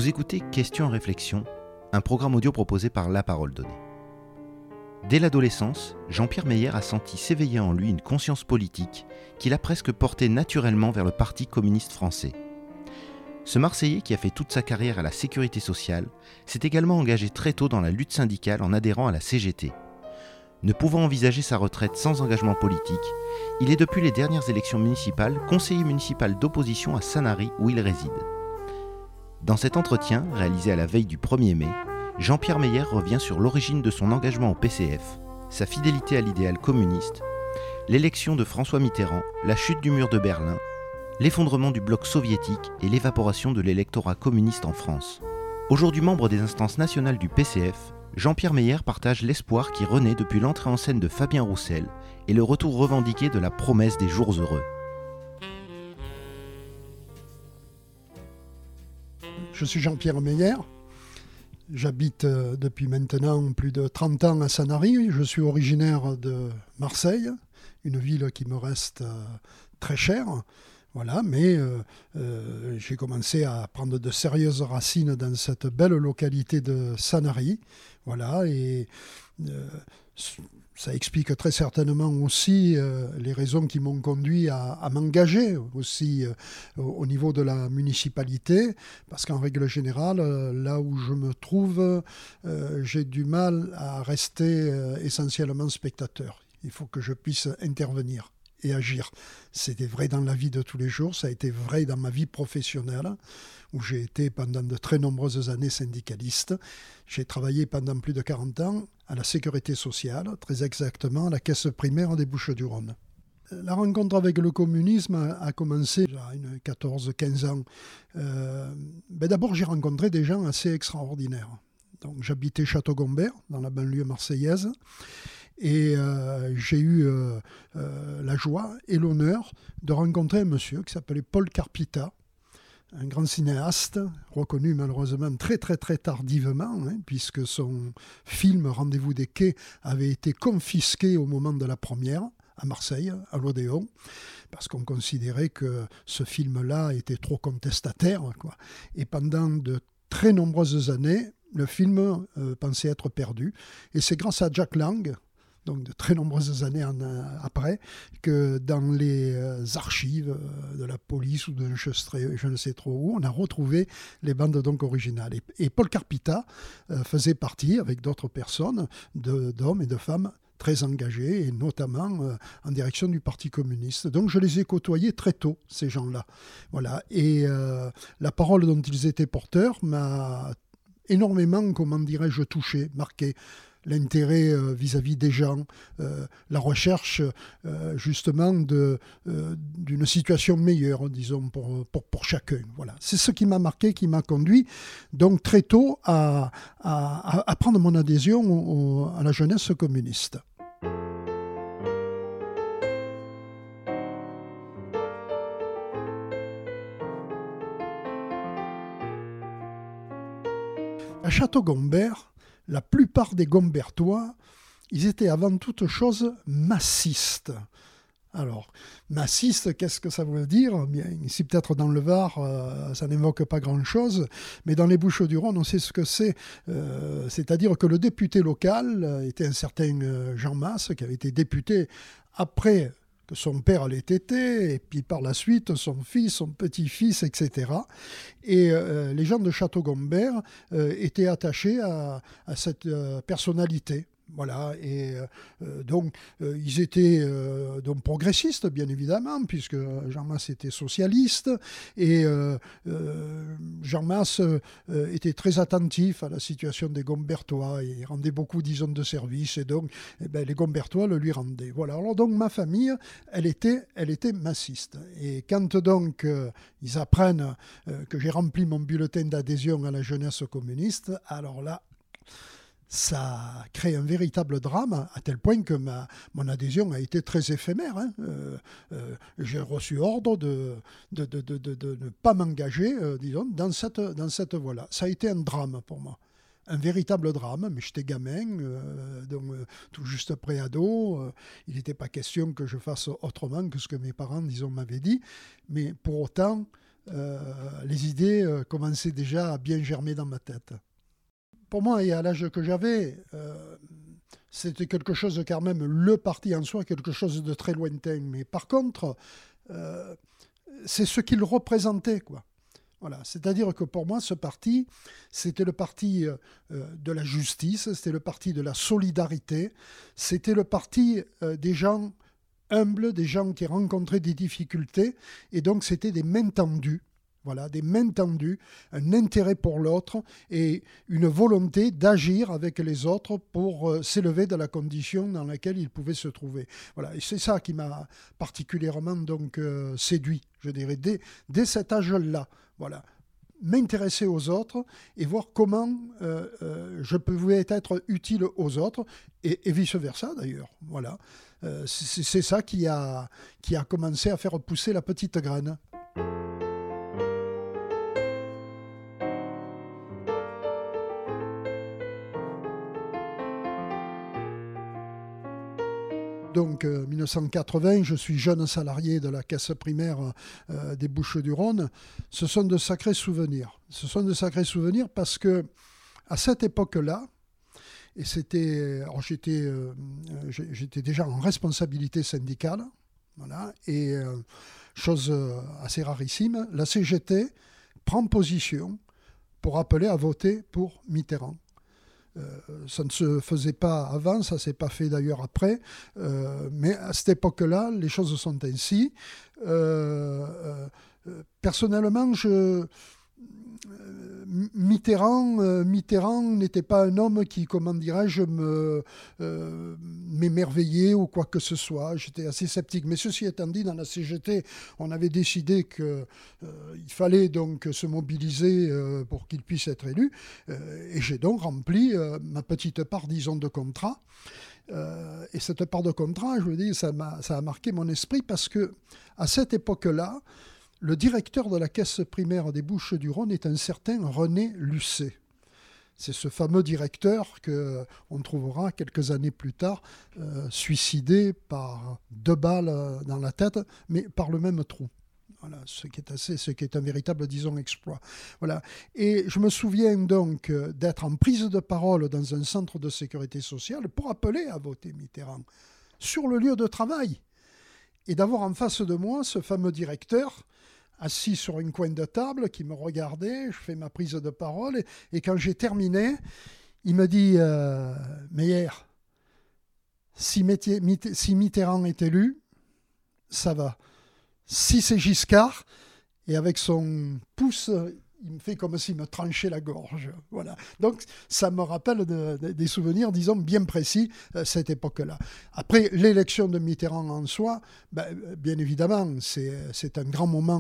Vous écoutez Questions et réflexions, un programme audio proposé par La Parole Donnée. Dès l'adolescence, Jean-Pierre Meyer a senti s'éveiller en lui une conscience politique qu'il a presque portée naturellement vers le Parti communiste français. Ce Marseillais, qui a fait toute sa carrière à la sécurité sociale, s'est également engagé très tôt dans la lutte syndicale en adhérant à la CGT. Ne pouvant envisager sa retraite sans engagement politique, il est depuis les dernières élections municipales conseiller municipal d'opposition à Sanary où il réside. Dans cet entretien, réalisé à la veille du 1er mai, Jean-Pierre Meyer revient sur l'origine de son engagement au PCF, sa fidélité à l'idéal communiste, l'élection de François Mitterrand, la chute du mur de Berlin, l'effondrement du bloc soviétique et l'évaporation de l'électorat communiste en France. Aujourd'hui membre des instances nationales du PCF, Jean-Pierre Meyer partage l'espoir qui renaît depuis l'entrée en scène de Fabien Roussel et le retour revendiqué de la promesse des jours heureux. Je suis Jean-Pierre Meyer, j'habite depuis maintenant plus de 30 ans à Sanary, je suis originaire de Marseille, une ville qui me reste très chère. Voilà, mais j'ai commencé à prendre de sérieuses racines dans cette belle localité de Sanary. Voilà, et ça explique très certainement aussi les raisons qui m'ont conduit à m'engager aussi au niveau de la municipalité, parce qu'en règle générale, là où je me trouve, j'ai du mal à rester essentiellement spectateur. Il faut que je puisse intervenir et agir. C'était vrai dans la vie de tous les jours, ça a été vrai dans ma vie professionnelle, où j'ai été pendant de très nombreuses années syndicaliste. J'ai travaillé pendant plus de 40 ans à la sécurité sociale, très exactement à la caisse primaire des Bouches-du-Rhône. La rencontre avec le communisme a commencé il y a 14-15 ans. D'abord, j'ai rencontré des gens assez extraordinaires. Donc, j'habitais Château-Gombert, dans la banlieue marseillaise. Et j'ai eu la joie et l'honneur de rencontrer un monsieur qui s'appelait Paul Carpita, un grand cinéaste, reconnu malheureusement très très très tardivement, puisque son film Rendez-vous des quais avait été confisqué au moment de la première, à Marseille, à l'Odéon, parce qu'on considérait que ce film-là était trop contestataire, quoi. Et pendant de très nombreuses années, le film pensait être perdu. Et c'est grâce à Jack Lang, donc de très nombreuses années après, que dans les archives de la police ou de je ne sais trop où, on a retrouvé les bandes donc originales. Et Paul Carpita faisait partie, avec d'autres personnes, d'hommes et de femmes très engagés, et notamment en direction du Parti communiste. Donc je les ai côtoyés très tôt, ces gens-là. Voilà. Et la parole dont ils étaient porteurs m'a énormément, comment dirais-je, touché, marqué. L'intérêt vis-à-vis des gens, la recherche justement d'une situation meilleure, disons, pour chacun. Voilà. C'est ce qui m'a marqué, qui m'a conduit donc très tôt à prendre mon adhésion à la jeunesse communiste. À Château-Gombert, la plupart des Gombertois, ils étaient avant toute chose massistes. Alors, massiste, qu'est-ce que ça veut dire ? Bien, ici, peut-être dans le Var, ça n'évoque pas grand-chose, mais dans les Bouches-du-Rhône, on sait ce que c'est. C'est-à-dire que le député local était un certain Jean Masse, qui avait été député après que son père l'ait été, et puis par la suite son fils, son petit-fils, etc. Et les gens de Château-Gombert étaient attachés à cette personnalité. Voilà, et donc ils étaient donc progressistes, bien évidemment, puisque Jean Masse était socialiste, et Jean Masse était très attentif à la situation des Gombertois, il rendait beaucoup, disons, de services, et donc les Gombertois le lui rendaient. Voilà, alors donc ma famille, elle était massiste, et quand donc ils apprennent que j'ai rempli mon bulletin d'adhésion à la jeunesse communiste, alors là, ça crée un véritable drame, à tel point que mon adhésion a été très éphémère. J'ai reçu ordre de ne pas m'engager, disons, dans cette voie-là. Ça a été un drame pour moi. Un véritable drame, mais j'étais gamin, donc tout juste pré-ado. Il n'était pas question que je fasse autrement que ce que mes parents, disons, m'avaient dit. Mais pour autant, les idées commençaient déjà à bien germer dans ma tête. Pour moi, et à l'âge que j'avais, c'était quelque chose quand même, le parti en soi, quelque chose de très lointain. Mais par contre, c'est ce qu'il représentait, quoi. Voilà. C'est-à-dire que pour moi, ce parti, c'était le parti de la justice, c'était le parti de la solidarité, c'était le parti des gens humbles, des gens qui rencontraient des difficultés, et donc c'était des mains tendues. Voilà, des mains tendues, un intérêt pour l'autre et une volonté d'agir avec les autres pour s'élever de la condition dans laquelle ils pouvaient se trouver. Voilà, et c'est ça qui m'a particulièrement donc séduit, je dirais, dès cet âge-là. Voilà, m'intéresser aux autres et voir comment je pouvais être utile aux autres et vice-versa d'ailleurs. Voilà, c'est ça qui a commencé à faire pousser la petite graine. Donc, 1980, je suis jeune salarié de la caisse primaire des Bouches-du-Rhône. Ce sont de sacrés souvenirs. Ce sont de sacrés souvenirs parce que à cette époque-là, et j'étais déjà en responsabilité syndicale, voilà, et chose assez rarissime, la CGT prend position pour appeler à voter pour Mitterrand. Ça ne se faisait pas avant, ça ne s'est pas fait d'ailleurs après, mais à cette époque-là, les choses sont ainsi. Personnellement, Mitterrand n'était pas un homme qui, comment dirais-je, m'émerveillait ou quoi que ce soit. J'étais assez sceptique. Mais ceci étant dit, dans la CGT, on avait décidé qu'il fallait donc se mobiliser pour qu'il puisse être élu. Et j'ai donc rempli ma petite part, disons, de contrat. Et cette part de contrat, je veux dire, ça a marqué mon esprit parce que à cette époque-là, le directeur de la caisse primaire des Bouches-du-Rhône est un certain René Lucet. C'est ce fameux directeur qu'on trouvera quelques années plus tard suicidé par 2 balles dans la tête, mais par le même trou. Voilà, ce qui est un véritable, disons, exploit. Voilà. Et je me souviens donc d'être en prise de parole dans un centre de sécurité sociale pour appeler à voter Mitterrand sur le lieu de travail. Et d'avoir en face de moi ce fameux directeur assis sur une coin de table qui me regardait, je fais ma prise de parole et quand j'ai terminé, il me dit Meyer, si Mitterrand est élu, ça va. Si c'est Giscard, et avec son pouce, il me fait comme s'il me tranchait la gorge. Voilà. Donc, ça me rappelle des souvenirs, disons, bien précis, cette époque-là. Après, l'élection de Mitterrand en soi, bien évidemment, c'est un grand moment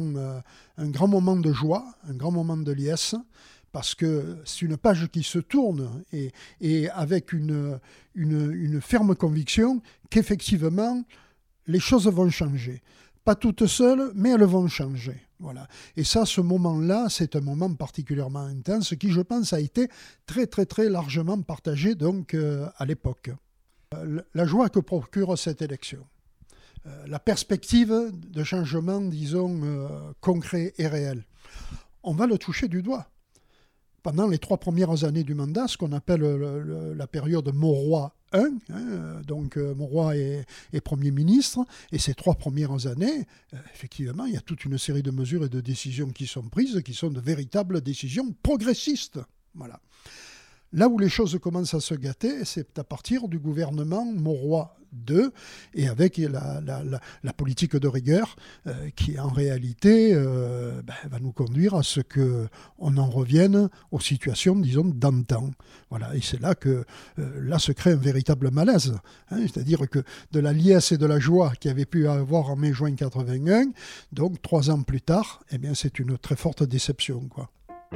de joie, un grand moment de liesse, parce que c'est une page qui se tourne et avec une ferme conviction qu'effectivement, les choses vont changer. Pas toutes seules, mais elles vont changer. Voilà. Et ça, ce moment-là, c'est un moment particulièrement intense qui, je pense, a été très, très, très largement partagé donc, à l'époque. La joie que procure cette élection, la perspective de changement, disons, concret et réel, on va le toucher du doigt. Pendant les 3 premières années du mandat, ce qu'on appelle la période Mauroy I, donc Mauroy est Premier ministre, et ces 3 premières années, effectivement, il y a toute une série de mesures et de décisions qui sont prises, qui sont de véritables décisions progressistes. Voilà. Là où les choses commencent à se gâter, c'est à partir du gouvernement Mauroy II, et avec la politique de rigueur qui, en réalité, va nous conduire à ce qu'on en revienne aux situations, disons, d'antan. Voilà. Et c'est là que là se crée un véritable malaise. C'est-à-dire que de la liesse et de la joie qu'il y avait pu avoir en mai-juin 81, donc 3 ans plus tard, eh bien, c'est une très forte déception, quoi.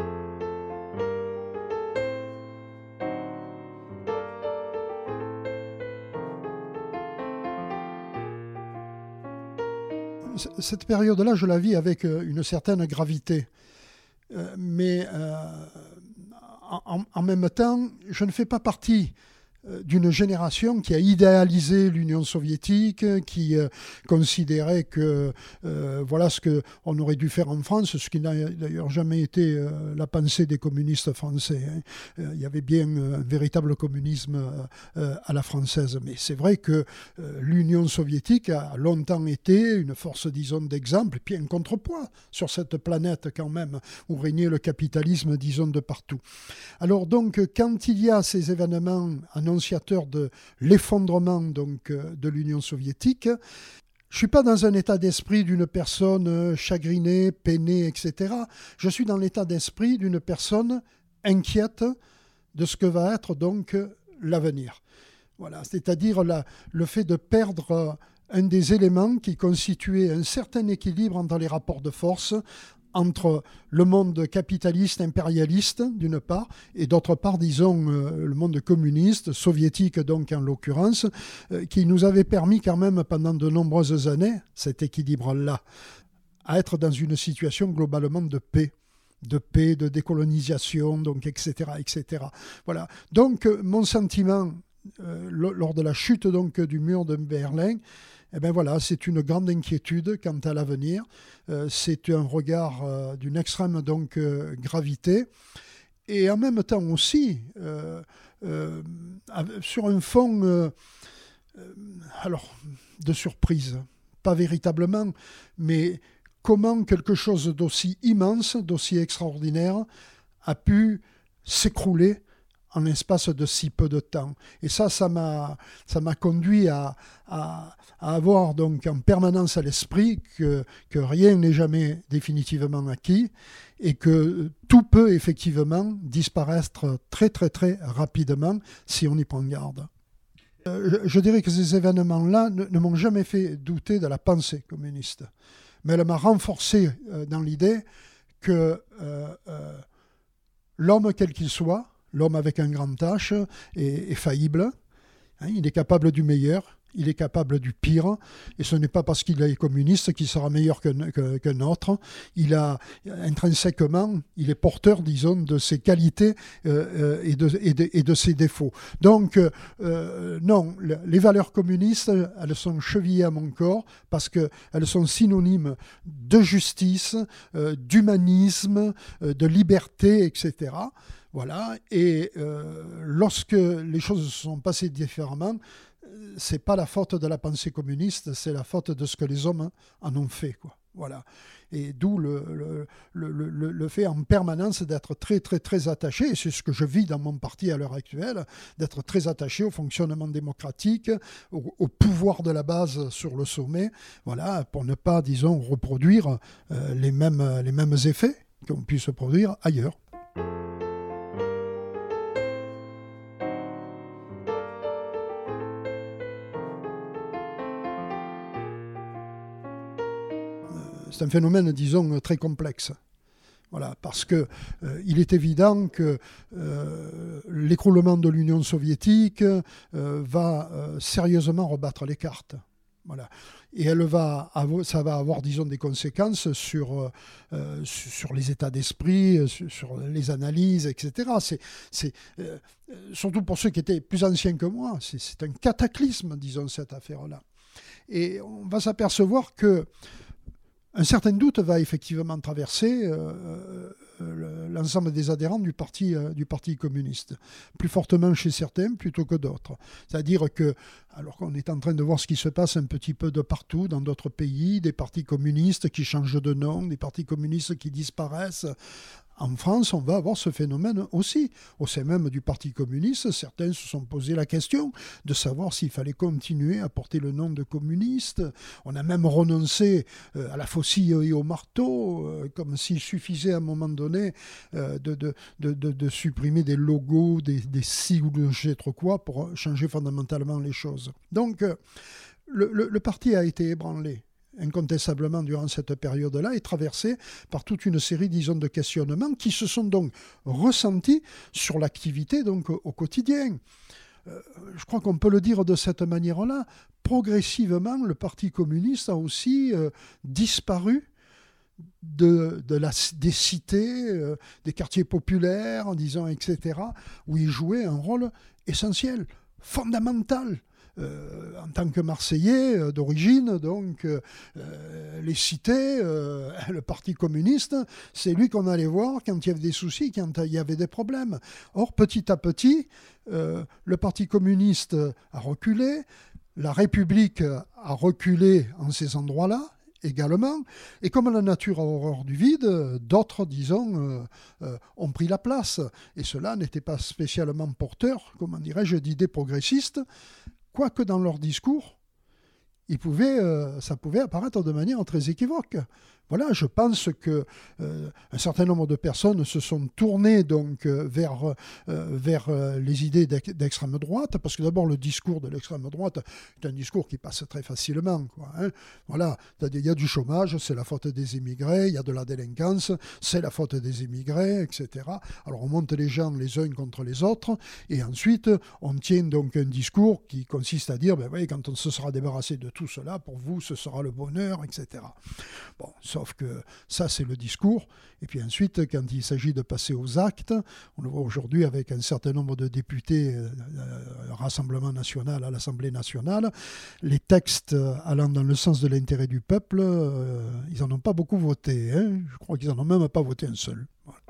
Cette période-là, je la vis avec une certaine gravité. Mais en même temps, je ne fais pas partie d'une génération qui a idéalisé l'Union soviétique, qui considérait que voilà ce qu'on aurait dû faire en France, ce qui n'a d'ailleurs jamais été la pensée des communistes français. Il y avait bien un véritable communisme à la française. Mais c'est vrai que l'Union soviétique a longtemps été une force, disons, d'exemple, et puis un contrepoids sur cette planète quand même, où régnait le capitalisme, disons, de partout. Alors donc, quand il y a ces événements annonciateurs de l'effondrement donc, de l'Union soviétique, je ne suis pas dans un état d'esprit d'une personne chagrinée, peinée, etc. Je suis dans l'état d'esprit d'une personne inquiète de ce que va être donc l'avenir. Voilà, c'est-à-dire le fait de perdre un des éléments qui constituait un certain équilibre entre les rapports de force entre le monde capitaliste, impérialiste, d'une part, et d'autre part, disons, le monde communiste, soviétique donc en l'occurrence, qui nous avait permis quand même pendant de nombreuses années, cet équilibre-là, à être dans une situation globalement de paix, de décolonisation, donc, etc., etc. Voilà. Donc, mon sentiment, lors de la chute donc, du mur de Berlin, eh bien voilà, c'est une grande inquiétude quant à l'avenir. C'est un regard d'une extrême donc, gravité. Et en même temps aussi, sur un fond alors, de surprise, pas véritablement, mais comment quelque chose d'aussi immense, d'aussi extraordinaire a pu s'écrouler en l'espace de si peu de temps. Et ça m'a conduit à avoir donc en permanence à l'esprit que rien n'est jamais définitivement acquis et que tout peut effectivement disparaître très très très rapidement si on y prend garde. Je dirais que ces événements-là ne m'ont jamais fait douter de la pensée communiste, mais elle m'a renforcé dans l'idée que l'homme quel qu'il soit, l'homme avec un grand H est faillible, il est capable du meilleur, il est capable du pire, et ce n'est pas parce qu'il est communiste qu'il sera meilleur qu'un autre. Il a intrinsèquement, il est porteur, disons, de ses qualités et de ses défauts. Donc, non, les valeurs communistes, elles sont chevillées à mon corps parce qu'elles sont synonymes de justice, d'humanisme, de liberté, etc. Voilà. Et lorsque les choses se sont passées différemment, c'est pas la faute de la pensée communiste, c'est la faute de ce que les hommes en ont fait, quoi. Voilà. Et d'où le fait en permanence d'être très, très, très attaché, et c'est ce que je vis dans mon parti à l'heure actuelle, d'être très attaché au fonctionnement démocratique, au pouvoir de la base sur le sommet, voilà, pour ne pas, disons, reproduire les mêmes effets qu'on puisse se produire ailleurs. C'est un phénomène, disons, très complexe. Voilà, parce qu'il est évident que l'écroulement de l'Union soviétique va sérieusement rebattre les cartes. Voilà. Et ça va avoir, disons, des conséquences sur les états d'esprit, sur les analyses, etc. C'est surtout pour ceux qui étaient plus anciens que moi, c'est un cataclysme, disons, cette affaire-là. Et on va s'apercevoir que un certain doute va effectivement traverser l'ensemble des adhérents du parti communiste, plus fortement chez certains plutôt que d'autres. C'est-à-dire que, alors qu'on est en train de voir ce qui se passe un petit peu de partout dans d'autres pays, des partis communistes qui changent de nom, des partis communistes qui disparaissent, en France, on va avoir ce phénomène aussi. Au sein même du Parti communiste, certains se sont posé la question de savoir s'il fallait continuer à porter le nom de communiste. On a même renoncé à la faucille et au marteau, comme s'il suffisait à un moment donné de supprimer des logos, des sigles ou de je sais trop quoi pour changer fondamentalement les choses. Donc, le parti a été ébranlé incontestablement durant cette période-là, est traversé par toute une série, disons, de questionnements qui se sont donc ressentis sur l'activité donc, au quotidien. Je crois qu'on peut le dire de cette manière-là. Progressivement, le Parti communiste a aussi disparu des cités, des quartiers populaires, disons, etc., où il jouait un rôle essentiel. fondamentale. En tant que Marseillais d'origine, donc les cités, le Parti communiste, c'est lui qu'on allait voir quand il y avait des soucis, quand il y avait des problèmes. Or, petit à petit, le Parti communiste a reculé, la République a reculé en ces endroits-là, également, et comme la nature a horreur du vide, d'autres, disons, ont pris la place. Et cela n'était pas spécialement porteur, comment dirais-je, d'idées progressistes, quoique dans leur discours, ça pouvait apparaître de manière très équivoque. Voilà, je pense que un certain nombre de personnes se sont tournées donc vers les idées d'extrême droite, parce que d'abord le discours de l'extrême droite est un discours qui passe très facilement, quoi, hein. Voilà, il y a du chômage, c'est la faute des immigrés, il y a de la délinquance, c'est la faute des immigrés, etc. Alors on monte les gens les uns contre les autres, et ensuite on tient donc un discours qui consiste à dire, ben oui, quand on se sera débarrassé de tout cela, pour vous ce sera le bonheur, etc. Bon, sauf que ça, c'est le discours. Et puis ensuite, quand il s'agit de passer aux actes, on le voit aujourd'hui avec un certain nombre de députés Rassemblement national à l'Assemblée nationale, les textes allant dans le sens de l'intérêt du peuple, ils n'en ont pas beaucoup voté, hein. Je crois qu'ils n'en ont même pas voté un seul. Voilà.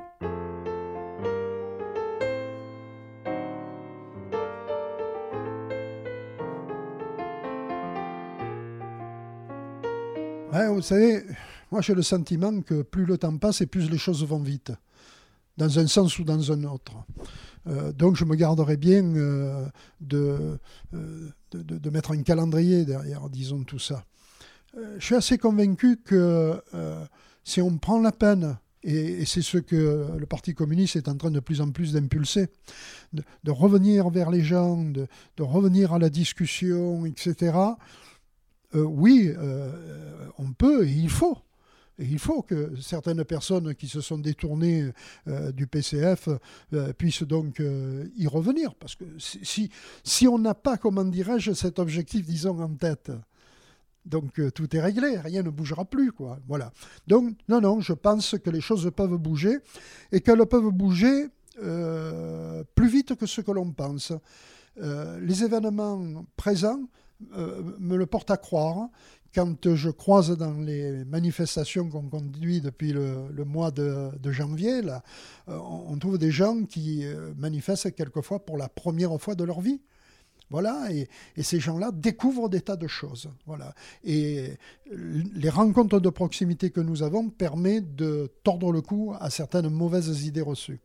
Ouais, vous savez, moi j'ai le sentiment que plus le temps passe et plus les choses vont vite, dans un sens ou dans un autre. Donc je me garderai bien de mettre un calendrier derrière, disons, tout ça. Je suis assez convaincu que si on prend la peine, et c'est ce que le Parti communiste est en train de plus en plus d'impulser, de revenir vers les gens, de revenir à la discussion, etc., oui, on peut et il faut. Et il faut que certaines personnes qui se sont détournées du PCF puissent donc y revenir. Parce que si on n'a pas, comment dirais-je, cet objectif, disons, en tête, donc tout est réglé, rien ne bougera plus, quoi. Voilà. Donc, non, je pense que les choses peuvent bouger et qu'elles peuvent bouger plus vite que ce que l'on pense. Les événements présents me le portent à croire. Quand je croise dans les manifestations qu'on conduit depuis le mois de janvier, là, on trouve des gens qui manifestent quelquefois pour la première fois de leur vie. Voilà, et ces gens-là découvrent des tas de choses. Voilà. Et les rencontres de proximité que nous avons permettent de tordre le cou à certaines mauvaises idées reçues.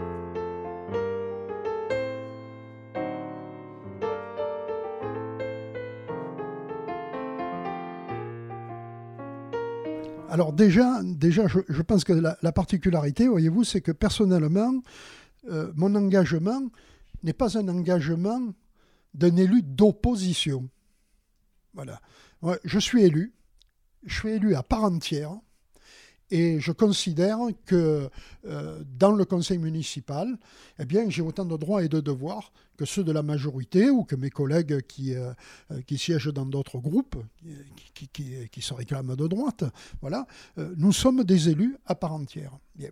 Alors déjà je pense que la particularité, voyez-vous, c'est que personnellement, mon engagement n'est pas un engagement d'un élu d'opposition. Voilà. Ouais, je suis élu à part entière, et je considère que dans le conseil municipal, eh bien, j'ai autant de droits et de devoirs que ceux de la majorité ou que mes collègues qui siègent dans d'autres groupes, qui se réclament de droite. Voilà. Nous sommes des élus à part entière. Bien.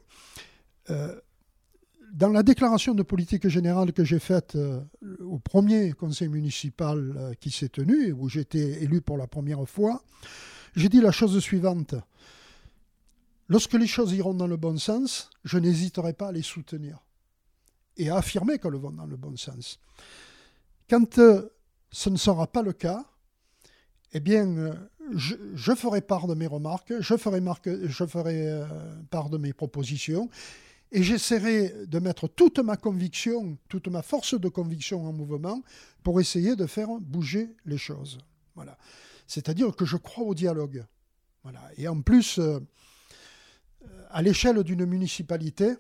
Dans la déclaration de politique générale que j'ai faite au premier conseil municipal qui s'est tenu, où j'étais élu pour la première fois, j'ai dit la chose suivante. Lorsque les choses iront dans le bon sens, je n'hésiterai pas à les soutenir et à affirmer qu'elles vont dans le bon sens. Quand ce ne sera pas le cas, eh bien, je ferai part de mes remarques, je ferai part de mes propositions, et j'essaierai de mettre toute ma conviction, toute ma force de conviction en mouvement pour essayer de faire bouger les choses. Voilà. C'est-à-dire que je crois au dialogue. Voilà. Et en plus, à l'échelle d'une municipalité,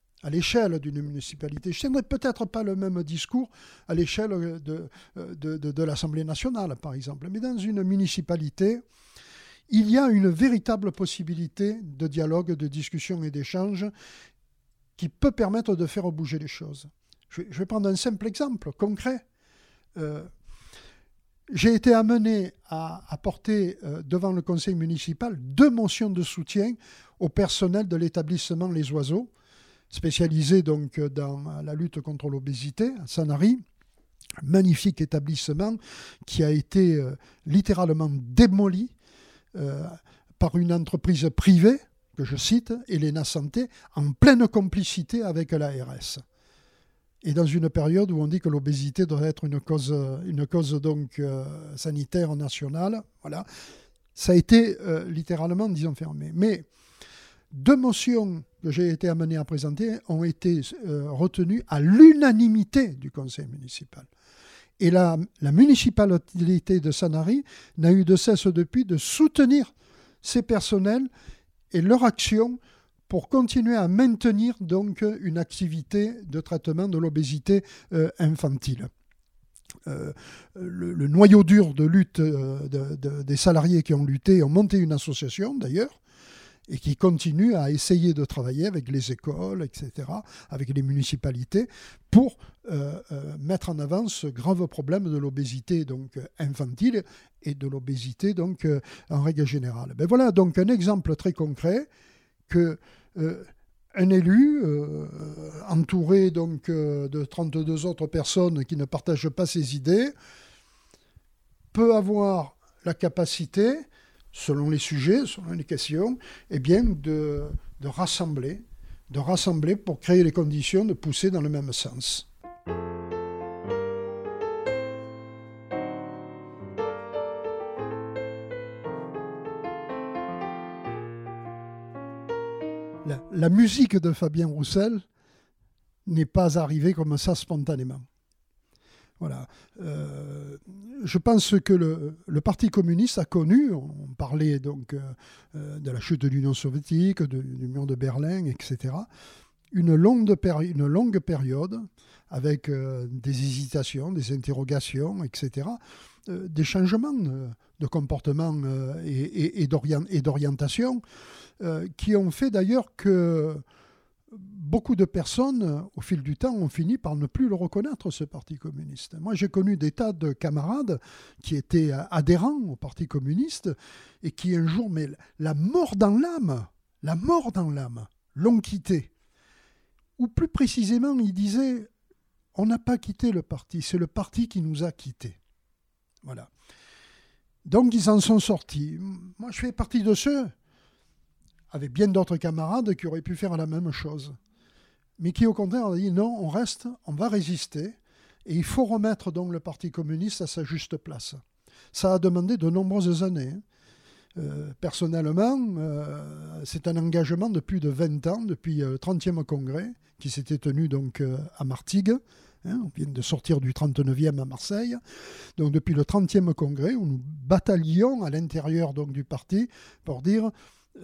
je tiendrai peut-être pas le même discours à l'échelle de l'Assemblée nationale, par exemple, mais dans une municipalité, il y a une véritable possibilité de dialogue, de discussion et d'échange qui peut permettre de faire bouger les choses. Je vais prendre un simple exemple concret. J'ai été amené à porter devant le conseil municipal 2 motions de soutien au personnel de l'établissement Les Oiseaux, spécialisé donc dans la lutte contre l'obésité à Sanary. magnifique établissement qui a été littéralement démoli par une entreprise privée, que je cite, Elena Santé, en pleine complicité avec l'ARS. Et dans une période où on dit que l'obésité doit être une cause donc, sanitaire nationale, voilà, ça a été littéralement, disons, fermé. Mais 2 motions que j'ai été amené à présenter ont été retenues à l'unanimité du conseil municipal. Et la municipalité de Sanary n'a eu de cesse depuis de soutenir ces personnels et leur action pour continuer à maintenir donc une activité de traitement de l'obésité infantile. Le noyau dur de lutte des salariés qui ont lutté ont monté une association d'ailleurs, et qui continue à essayer de travailler avec les écoles, etc., avec les municipalités, pour mettre en avant ce grave problème de l'obésité donc, infantile et de l'obésité donc, en règle générale. Ben voilà donc un exemple très concret que un élu, entouré donc, de 32 autres personnes qui ne partagent pas ses idées, peut avoir la capacité, selon les sujets, selon les questions, eh bien de rassembler pour créer les conditions de pousser dans le même sens. La musique de Fabien Roussel n'est pas arrivée comme ça spontanément. Voilà. Je pense que le Parti communiste a connu, on parlait donc de la chute de l'Union soviétique, du mur de Berlin, etc., une longue période avec des hésitations, des interrogations, etc., des changements de comportement et d'orientation qui ont fait d'ailleurs que beaucoup de personnes, au fil du temps, ont fini par ne plus le reconnaître, ce Parti communiste. Moi, j'ai connu des tas de camarades qui étaient adhérents au Parti communiste et qui, un jour, mais la mort dans l'âme, l'ont quitté. Ou plus précisément, ils disaient, on n'a pas quitté le parti, c'est le parti qui nous a quittés. Voilà. Donc, ils en sont sortis. Moi, je fais partie de ceux, avec bien d'autres camarades qui auraient pu faire la même chose, mais qui au contraire ont dit non, on reste, on va résister, et il faut remettre donc le Parti communiste à sa juste place. Ça a demandé de nombreuses années. Personnellement, c'est un engagement de plus de 20 ans, depuis le 30e congrès, qui s'était tenu donc à Martigues. On vient de sortir du 39e à Marseille. Donc depuis le 30e congrès, où nous bataillions à l'intérieur donc, du parti pour dire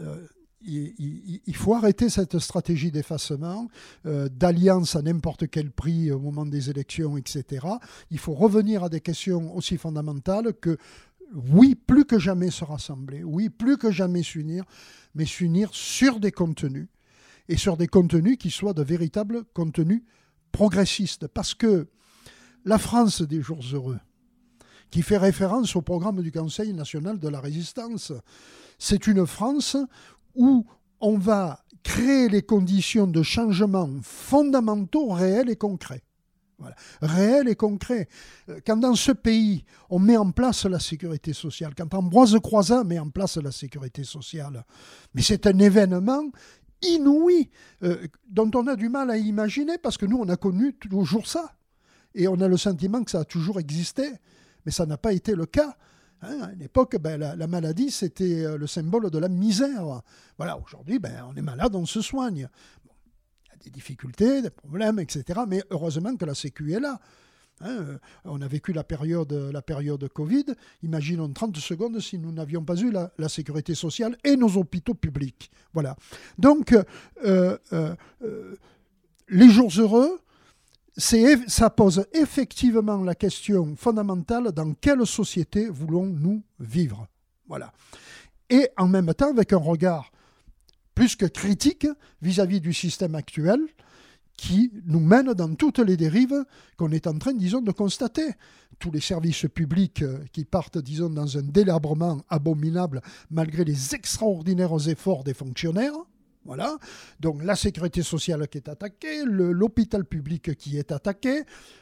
il faut arrêter cette stratégie d'effacement, d'alliance à n'importe quel prix au moment des élections, etc. Il faut revenir à des questions aussi fondamentales que, oui, plus que jamais se rassembler, oui, plus que jamais s'unir, mais s'unir sur des contenus, et sur des contenus qui soient de véritables contenus progressistes. Parce que la France des jours heureux, qui fait référence au programme du Conseil national de la résistance, c'est une France où on va créer les conditions de changement fondamentaux, réels et concrets. Voilà. Réels et concrets. Quand dans ce pays, on met en place la sécurité sociale, quand Ambroise Croizat met en place la sécurité sociale, mais c'est un événement inouï, dont on a du mal à imaginer, parce que nous, on a connu toujours ça. Et on a le sentiment que ça a toujours existé, mais ça n'a pas été le cas. À l'époque, la maladie, c'était le symbole de la misère. Voilà, aujourd'hui, on est malade, on se soigne. Bon, il y a des difficultés, des problèmes, etc. Mais heureusement que la Sécu est là. On a vécu la période Covid. Imaginons 30 secondes si nous n'avions pas eu la sécurité sociale et nos hôpitaux publics. Voilà. Donc, les jours heureux, ça pose effectivement la question fondamentale: dans quelle société voulons-nous vivre? Voilà. Et en même temps, avec un regard plus que critique vis-à-vis du système actuel, qui nous mène dans toutes les dérives qu'on est en train, disons, de constater. Tous les services publics qui partent, disons, dans un délabrement abominable malgré les extraordinaires efforts des fonctionnaires. Voilà. Donc la sécurité sociale qui est attaquée, l'hôpital public qui est attaqué,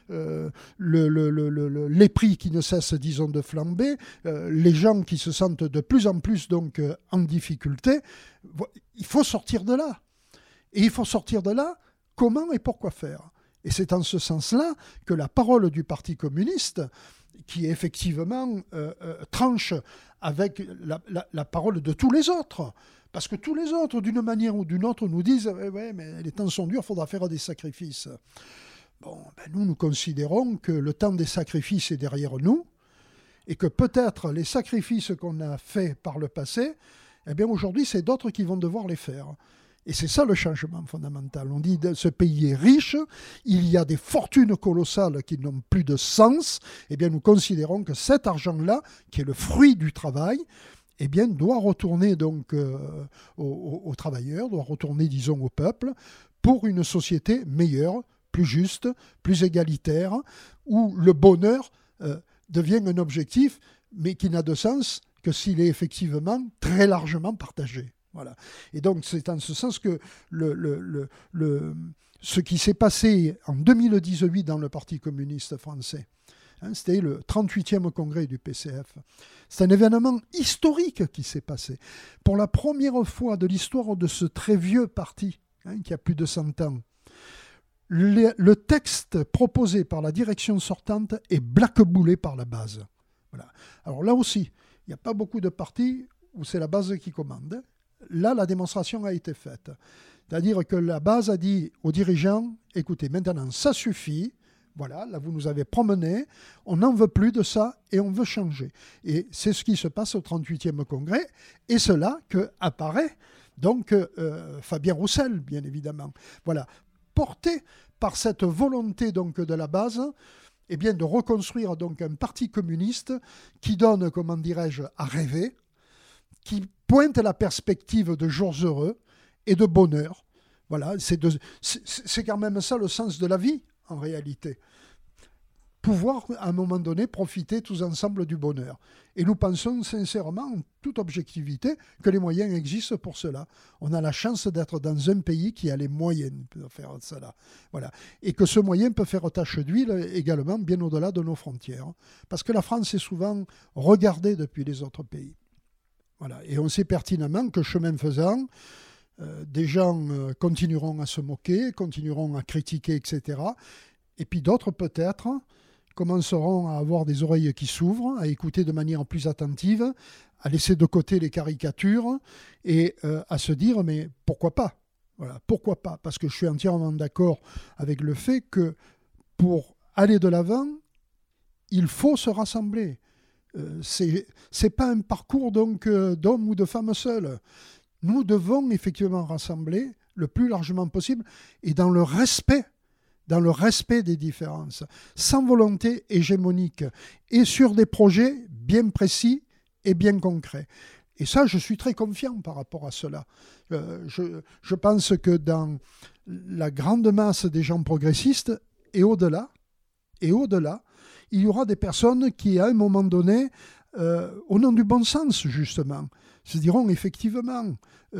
les prix qui ne cessent, disons, de flamber, les gens qui se sentent de plus en plus donc en difficulté. Il faut sortir de là. Et il faut sortir de là, comment et pourquoi faire ? Et c'est en ce sens-là que la parole du Parti communiste, qui effectivement tranche avec la parole de tous les autres, parce que tous les autres, d'une manière ou d'une autre, nous disent ouais, mais les temps sont durs, il faudra faire des sacrifices. Bon, nous considérons que le temps des sacrifices est derrière nous, et que peut-être les sacrifices qu'on a faits par le passé, aujourd'hui, c'est d'autres qui vont devoir les faire. Et c'est ça le changement fondamental. On dit que ce pays est riche, il y a des fortunes colossales qui n'ont plus de sens. Nous considérons que cet argent-là, qui est le fruit du travail, doit retourner donc aux travailleurs, doit retourner, disons, au peuple, pour une société meilleure, plus juste, plus égalitaire, où le bonheur devient un objectif, mais qui n'a de sens que s'il est effectivement très largement partagé. Voilà. Et donc, c'est en ce sens que ce qui s'est passé en 2018 dans le Parti communiste français, c'était le 38e congrès du PCF. C'est un événement historique qui s'est passé. Pour la première fois de l'histoire de ce très vieux parti, qui a plus de 100 ans, le texte proposé par la direction sortante est blackboulé par la base. Voilà. Alors là aussi, il n'y a pas beaucoup de partis où c'est la base qui commande. Là, la démonstration a été faite. C'est-à-dire que la base a dit aux dirigeants, écoutez, maintenant, ça suffit. Voilà, là, vous nous avez promené. On n'en veut plus de ça et on veut changer. Et c'est ce qui se passe au 38e congrès. Et c'est là qu'apparaît donc Fabien Roussel, bien évidemment. Voilà, porté par cette volonté donc de la base, de reconstruire donc un parti communiste qui donne, comment dirais-je, à rêver, qui pointe la perspective de jours heureux et de bonheur. Voilà, c'est quand même ça le sens de la vie, en réalité. Pouvoir, à un moment donné, profiter tous ensemble du bonheur. Et nous pensons sincèrement, en toute objectivité, que les moyens existent pour cela. On a la chance d'être dans un pays qui a les moyens de faire cela. Voilà. Et que ce moyen peut faire tache d'huile également bien au-delà de nos frontières. Parce que la France est souvent regardée depuis les autres pays. Voilà. Et on sait pertinemment que chemin faisant, des gens continueront à se moquer, continueront à critiquer, etc. Et puis d'autres, peut-être, commenceront à avoir des oreilles qui s'ouvrent, à écouter de manière plus attentive, à laisser de côté les caricatures et à se dire, mais pourquoi pas ? Voilà, pourquoi pas ? Parce que je suis entièrement d'accord avec le fait que pour aller de l'avant, il faut se rassembler. C'est pas un parcours donc d'hommes ou de femmes seuls. Nous devons effectivement rassembler le plus largement possible et dans le respect des différences, sans volonté hégémonique et sur des projets bien précis et bien concrets. Et ça, je suis très confiant par rapport à cela. Je pense que dans la grande masse des gens progressistes et au-delà, il y aura des personnes qui, à un moment donné, au nom du bon sens, justement, se diront effectivement,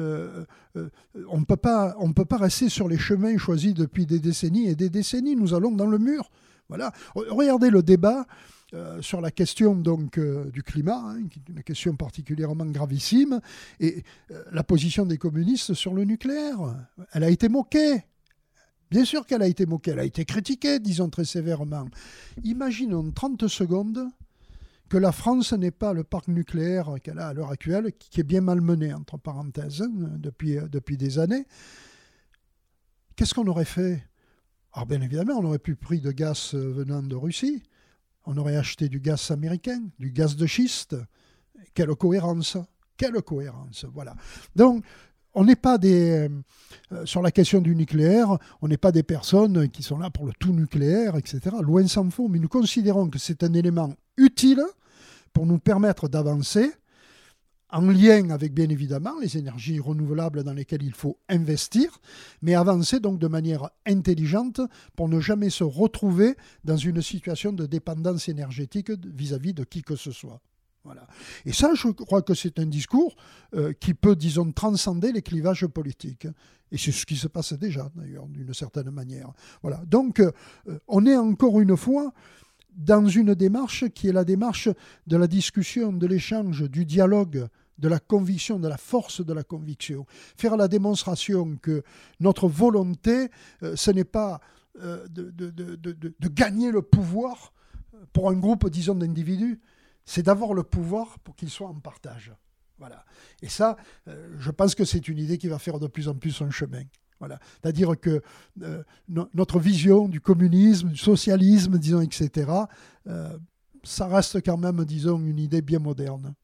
on ne peut pas rester sur les chemins choisis depuis des décennies et des décennies. Nous allons dans le mur. Voilà. Regardez le débat sur la question donc, du climat, qui est une question particulièrement gravissime, et la position des communistes sur le nucléaire. Elle a été moquée. Bien sûr qu'elle a été moquée, elle a été critiquée, disons très sévèrement. Imaginons 30 secondes que la France n'ait pas le parc nucléaire qu'elle a à l'heure actuelle, qui est bien malmené, entre parenthèses, depuis des années. Qu'est-ce qu'on aurait fait ? Alors bien évidemment, on aurait pu prendre de gaz venant de Russie, on aurait acheté du gaz américain, du gaz de schiste. Quelle cohérence, voilà. Donc, on n'est pas sur la question du nucléaire, on n'est pas des personnes qui sont là pour le tout nucléaire, etc. Loin s'en faut, mais nous considérons que c'est un élément utile pour nous permettre d'avancer, en lien avec, bien évidemment, les énergies renouvelables dans lesquelles il faut investir, mais avancer donc de manière intelligente pour ne jamais se retrouver dans une situation de dépendance énergétique vis-à-vis de qui que ce soit. Voilà. Et ça, je crois que c'est un discours qui peut, disons, transcender les clivages politiques. Et c'est ce qui se passe déjà, d'ailleurs, d'une certaine manière. Voilà. Donc, on est encore une fois dans une démarche qui est la démarche de la discussion, de l'échange, du dialogue, de la conviction, de la force de la conviction. Faire la démonstration que notre volonté, ce n'est pas de gagner le pouvoir pour un groupe, disons, d'individus, c'est d'avoir le pouvoir pour qu'il soit en partage. Voilà. Et ça, je pense que c'est une idée qui va faire de plus en plus son chemin. Voilà. C'est-à-dire que notre vision du communisme, du socialisme, disons, etc., ça reste quand même, disons, une idée bien moderne.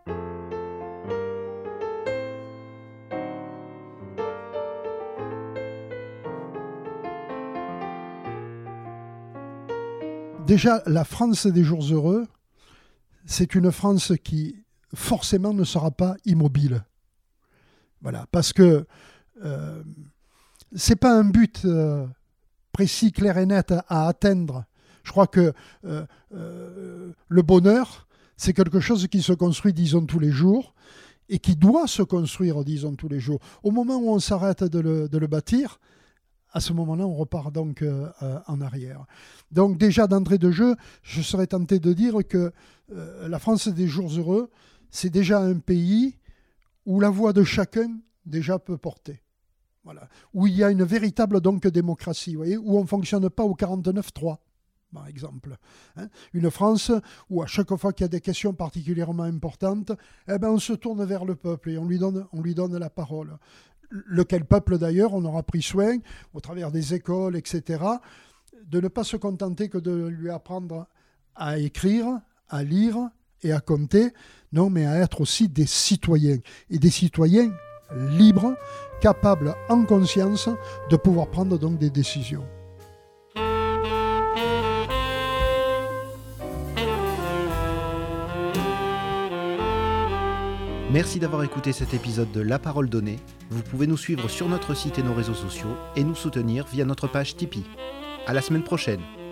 Déjà, la France des jours heureux, c'est une France qui, forcément, ne sera pas immobile. Voilà, parce que ce n'est pas un but précis, clair et net à atteindre. Je crois que le bonheur, c'est quelque chose qui se construit, disons, tous les jours, et qui doit se construire, disons, tous les jours. Au moment où on s'arrête de le bâtir, à ce moment-là, on repart donc en arrière. Donc déjà, d'entrée de jeu, je serais tenté de dire que la France des jours heureux, c'est déjà un pays où la voix de chacun déjà peut porter. Voilà. Où il y a une véritable donc démocratie, vous voyez, où on ne fonctionne pas au 49-3, par exemple. Une France où à chaque fois qu'il y a des questions particulièrement importantes, on se tourne vers le peuple et on lui donne la parole. Lequel peuple d'ailleurs, on aura pris soin, au travers des écoles, etc., de ne pas se contenter que de lui apprendre à écrire, à lire et à compter, non, mais à être aussi des citoyens. Et des citoyens libres, capables en conscience de pouvoir prendre donc des décisions. Merci d'avoir écouté cet épisode de La Parole Donnée. Vous pouvez nous suivre sur notre site et nos réseaux sociaux et nous soutenir via notre page Tipeee. À la semaine prochaine.